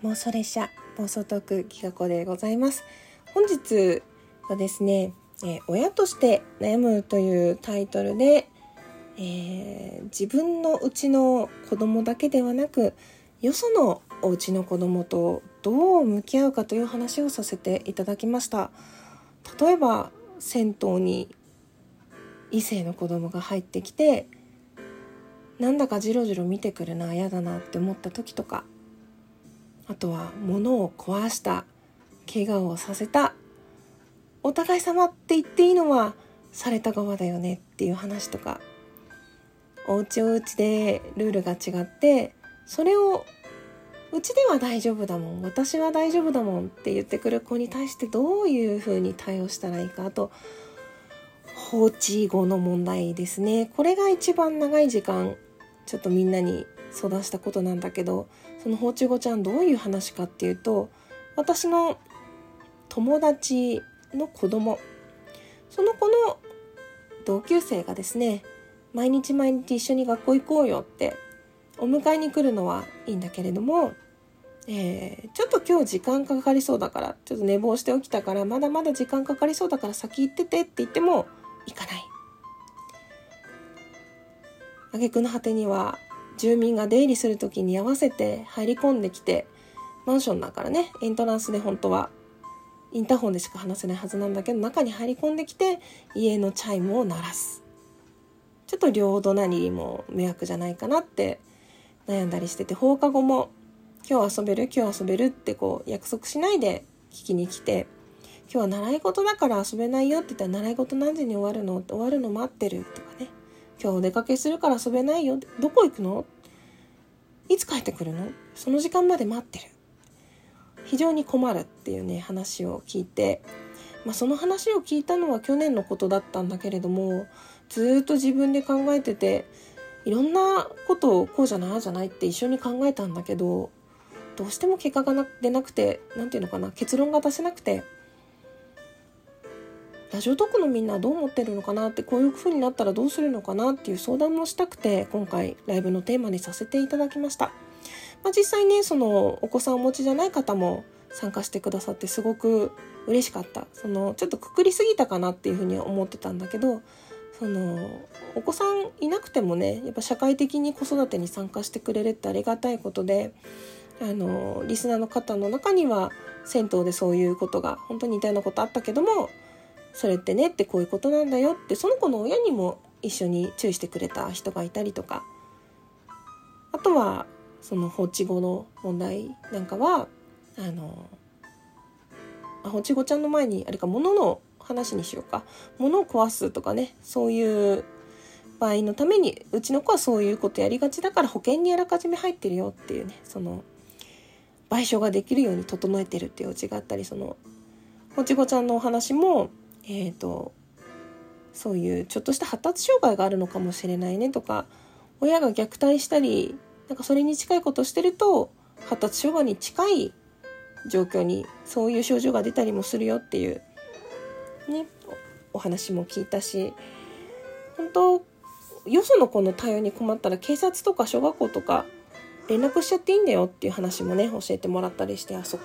妄想列車妄想トークきがこでございます。本日はですね、親として悩むというタイトルで、自分のうちの子供だけではなくよそのおうちの子供とどう向き合うかという話をさせていただきました。例えば銭湯に異性の子供が入ってきて、なんだかジロジロ見てくるな、嫌だなって思った時とか、あとは物を壊した、怪我をさせた、お互い様って言っていいのはされた側だよねっていう話とか、お家お家でルールが違って、それをうちでは大丈夫だもん、私は大丈夫だもんって言ってくる子に対してどういうふうに対応したらいいか。あと放置後の問題ですね。これが一番長い時間ちょっとみんなに相談したことなんだけど、その放置後ちゃんどういう話かっていうと、私の友達の子供、その子の同級生がですね、毎日一緒に学校行こうよってお迎えに来るのはいいんだけれども、ちょっと今日時間かかりそうだから、ちょっと寝坊して起きたからまだまだ時間かかりそうだから先行っててって言っても行かない。挙句の果てには住民が出入りするときに合わせて入り込んできて、マンションだからね、エントランスで本当はインターホンでしか話せないはずなんだけど、中に入り込んできて家のチャイムを鳴らす。ちょっと両隣にも迷惑じゃないかなって悩んだりしてて、放課後も今日遊べるってこう約束しないで聞きに来て、今日は習い事だから遊べないよって言ったら、習い事何時に終わるの待ってるとかね、今日お出かけするから遊べないよ、どこ行くの、いつ帰ってくるの、その時間まで待ってる、非常に困るっていうね話を聞いて、その話を聞いたのは去年のことだったんだけれども、ずっと自分で考えてて、いろんなことをこうじゃないああじゃないって一緒に考えたんだけど、どうしても結果が出なくて、なんていうのかな、結論が出せなくて、ラジオトークのみんなはどう思ってるのかなって、こういう風になったらどうするのかなっていう相談もしたくて、今回ライブのテーマにさせていただきました。実際ね、そのお子さんお持ちじゃない方も参加してくださってすごく嬉しかった。ちょっとくくりすぎたかなっていう風には思ってたんだけど、お子さんいなくてもね、やっぱ社会的に子育てに参加してくれるってありがたいことで、リスナーの方の中には銭湯でそういうことが本当に似たようなことあったけども、それってねってこういうことなんだよって、その子の親にも一緒に注意してくれた人がいたりとか、あとはその放置後の問題なんかは放置後ちゃんの前にあれか、物の話にしようか。物を壊すとかね、そういう場合のためにうちの子はそういうことやりがちだから保険にあらかじめ入ってるよっていうね、その賠償ができるように整えてるっていうお家があったり、その放置後ちゃんのお話もそういうちょっとした発達障害があるのかもしれないねとか、親が虐待したりなんかそれに近いことをしてると発達障害に近い状況にそういう症状が出たりもするよっていうね、お話も聞いたし、本当よその子の対応に困ったら警察とか小学校とか連絡しちゃっていいんだよっていう話もね教えてもらったりして、そっか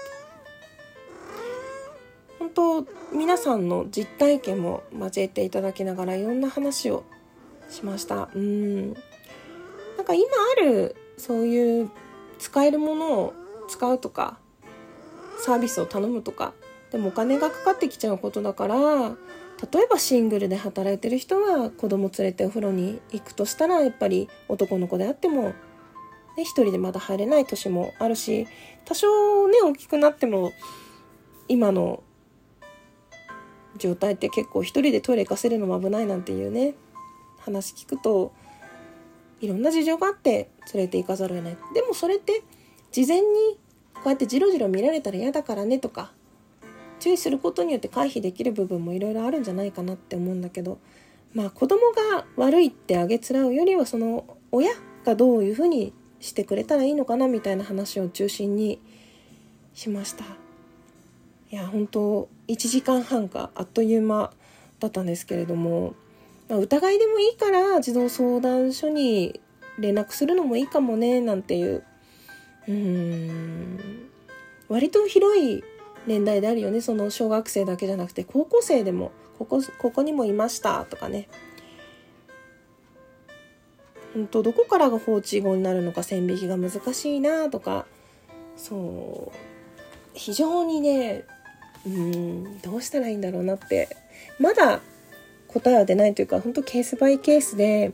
本当皆さんの実体験も交えていただきながらいろんな話をしました。なんか今あるそういう使えるものを使うとかサービスを頼むとかでもお金がかかってきちゃうことだから、例えばシングルで働いてる人は子供連れてお風呂に行くとしたら、やっぱり男の子であっても、一人でまだ入れない年もあるし、多少ね大きくなっても今の状態って結構一人でトイレ行かせるのも危ないなんていうね話聞くと、いろんな事情があって連れて行かざるを得ない。でもそれって事前にこうやってジロジロ見られたら嫌だからねとか注意することによって回避できる部分もいろいろあるんじゃないかなって思うんだけど、子供が悪いってあげつらうよりは、その親がどういうふうにしてくれたらいいのかなみたいな話を中心にしました。いや本当1時間半かあっという間だったんですけれども、疑いでもいいから児童相談所に連絡するのもいいかもねなんていう、 割と広い年代であるよね。その小学生だけじゃなくて高校生でもここにもいましたとかね。どこからが放置語になるのか線引きが難しいなとか、そう非常にね、どうしたらいいんだろうなって、まだ答えは出ないというか、本当ケースバイケースで、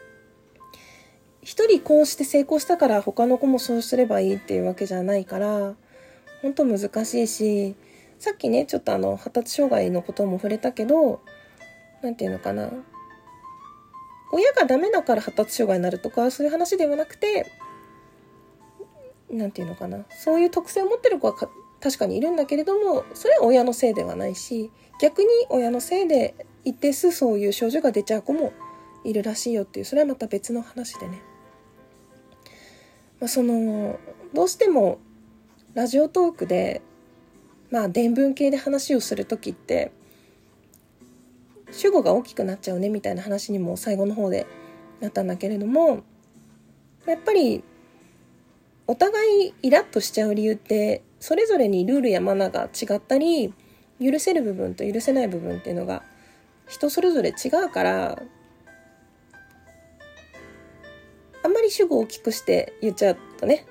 一人こうして成功したから他の子もそうすればいいっていうわけじゃないから、本当難しいし、さっきねちょっと発達障害のことも触れたけど、なんていうのかな、親がダメだから発達障害になるとかそういう話ではなくて、なんていうのかな、そういう特性を持ってる子は確かにいるんだけれども、それは親のせいではないし、逆に親のせいで一定数そういう症状が出ちゃう子もいるらしいよっていう、それはまた別の話でね、どうしてもラジオトークで伝聞系で話をするときって主語が大きくなっちゃうねみたいな話にも最後の方でなったんだけれども、やっぱりお互いイラッとしちゃう理由ってそれぞれにルールやマナーが違ったり、許せる部分と許せない部分っていうのが人それぞれ違うから、あんまり主語を大きくして言っちゃうとね、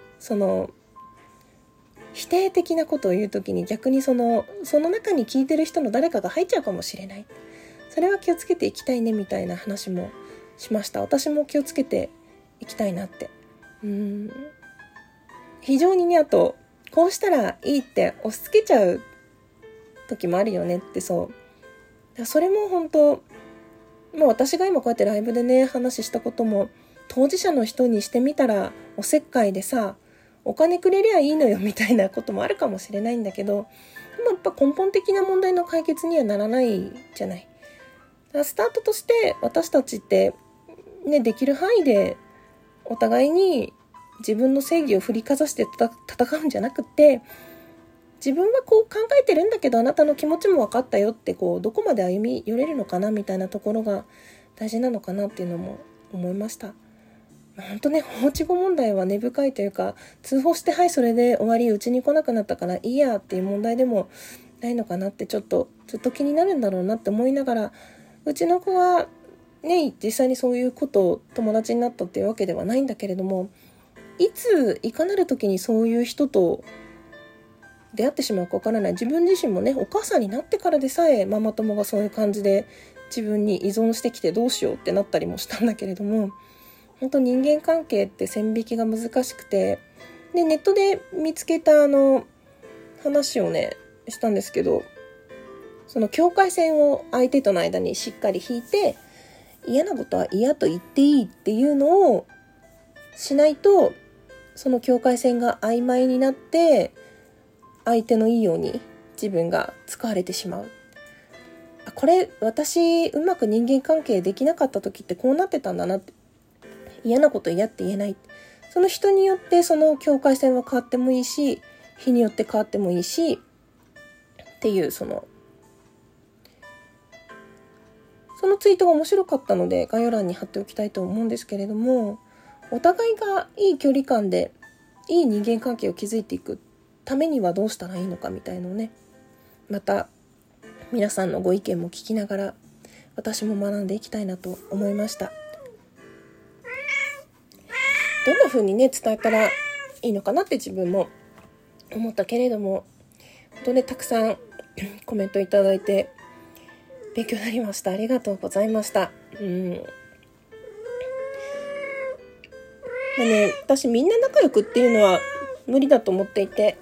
否定的なことを言うときに逆にその中に聞いてる人の誰かが入っちゃうかもしれない。それは気をつけていきたいねみたいな話もしました。私も気をつけていきたいなって。非常にね、あとこうしたらいいって押し付けちゃう時もあるよねって。それも本当、私が今こうやってライブでね話したことも、当事者の人にしてみたらおせっかいでさ、お金くれりゃいいのよみたいなこともあるかもしれないんだけど、でもやっぱ根本的な問題の解決にはならないじゃない。スタートとして私たちってね、できる範囲でお互いに自分の正義を振りかざして戦うんじゃなくて、自分はこう考えてるんだけどあなたの気持ちも分かったよって、こうどこまで歩み寄れるのかなみたいなところが大事なのかなっていうのも思いました。本当ね、放置後問題は根深いというか、通報してはいそれで終わり、うちに来なくなったからいいやっていう問題でもないのかなって、ちょっとずっと気になるんだろうなって思いながら、うちの子はね実際にそういうことを友達になったっていうわけではないんだけれども、いついかなる時にそういう人と出会ってしまうかわからない。自分自身もね、お母さんになってからでさえママ友がそういう感じで自分に依存してきてどうしようってなったりもしたんだけれども、本当人間関係って線引きが難しくて、でネットで見つけた話をねしたんですけど、その境界線を相手との間にしっかり引いて、嫌なことは嫌と言っていいっていうのをしないと、その境界線が曖昧になって相手のいいように自分が使われてしまう。これ私うまく人間関係できなかった時ってこうなってたんだなって。嫌なこと嫌って言えない。その人によってその境界線は変わってもいいし、日によって変わってもいいしっていう、そのツイートが面白かったので概要欄に貼っておきたいと思うんですけれども、お互いがいい距離感でいい人間関係を築いていくためにはどうしたらいいのかみたいのをね、また皆さんのご意見も聞きながら私も学んでいきたいなと思いました。どんな風にね伝えたらいいのかなって自分も思ったけれども、本当ねたくさんコメントいただいて勉強になりました。ありがとうございました。私みんな仲良くっていうのは無理だと思っていて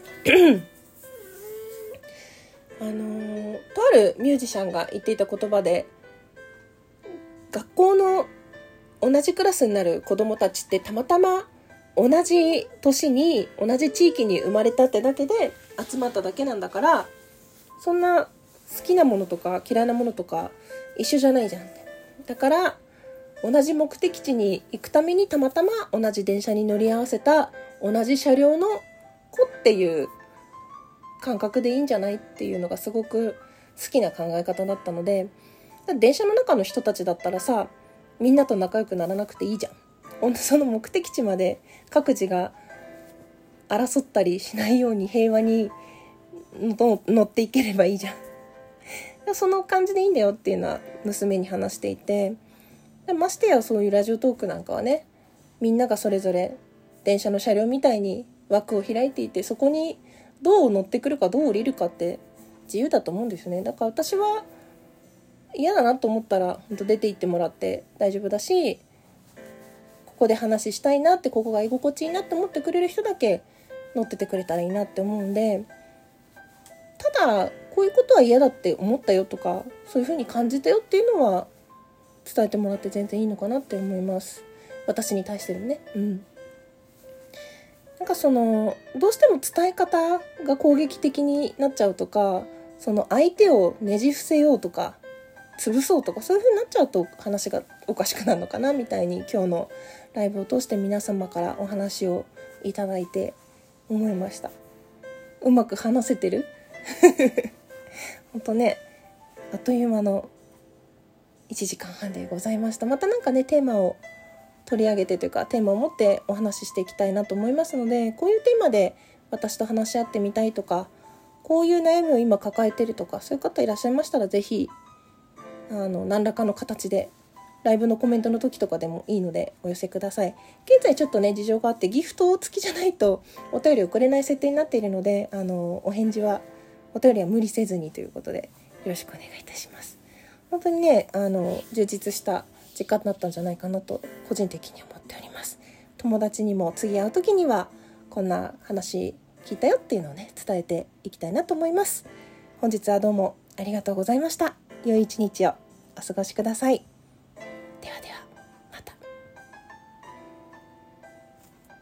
とあるミュージシャンが言っていた言葉で、学校の同じクラスになる子供たちってたまたま同じ年に同じ地域に生まれたってだけで集まっただけなんだから、そんな好きなものとか嫌いなものとか一緒じゃないじゃん。だから同じ目的地に行くためにたまたま同じ電車に乗り合わせた同じ車両の子っていう感覚でいいんじゃないっていうのがすごく好きな考え方だったので、電車の中の人たちだったらさ、みんなと仲良くならなくていいじゃん。その目的地まで各自が争ったりしないように平和に乗っていければいいじゃん。その感じでいいんだよっていうのは娘に話していて、ましてやそういうラジオトークなんかはね、みんながそれぞれ電車の車両みたいに枠を開いていて、そこにどう乗ってくるかどう降りるかって自由だと思うんですよね。だから私は嫌だなと思ったら本当出て行ってもらって大丈夫だし、ここで話したいなって、ここが居心地いいなって思ってくれる人だけ乗っててくれたらいいなって思うんで、ただこういうことは嫌だって思ったよとか、そういう風に感じたよっていうのは伝えてもらって全然いいのかなって思います。私に対してもね。なんかどうしても伝え方が攻撃的になっちゃうとか、その相手をねじ伏せようとか潰そうとか、そういう風になっちゃうと話がおかしくなるのかなみたいに、今日のライブを通して皆様からお話をいただいて思いました。うまく話せてる本当ね、あっという間の1時間半でございました。またなんかね、テーマを取り上げてというか、テーマを持ってお話ししていきたいなと思いますので、こういうテーマで私と話し合ってみたいとか、こういう悩みを今抱えてるとか、そういう方いらっしゃいましたら、ぜひ何らかの形でライブのコメントの時とかでもいいのでお寄せください。現在ちょっとね事情があって、ギフト付きじゃないとお便り送れない設定になっているので、お返事は、お便りは無理せずにということでよろしくお願いいたします。本当にね充実した時間だったんじゃないかなと個人的に思っております。友達にも次会う時にはこんな話聞いたよっていうのをね伝えていきたいなと思います。本日はどうもありがとうございました。良い一日をお過ごしください。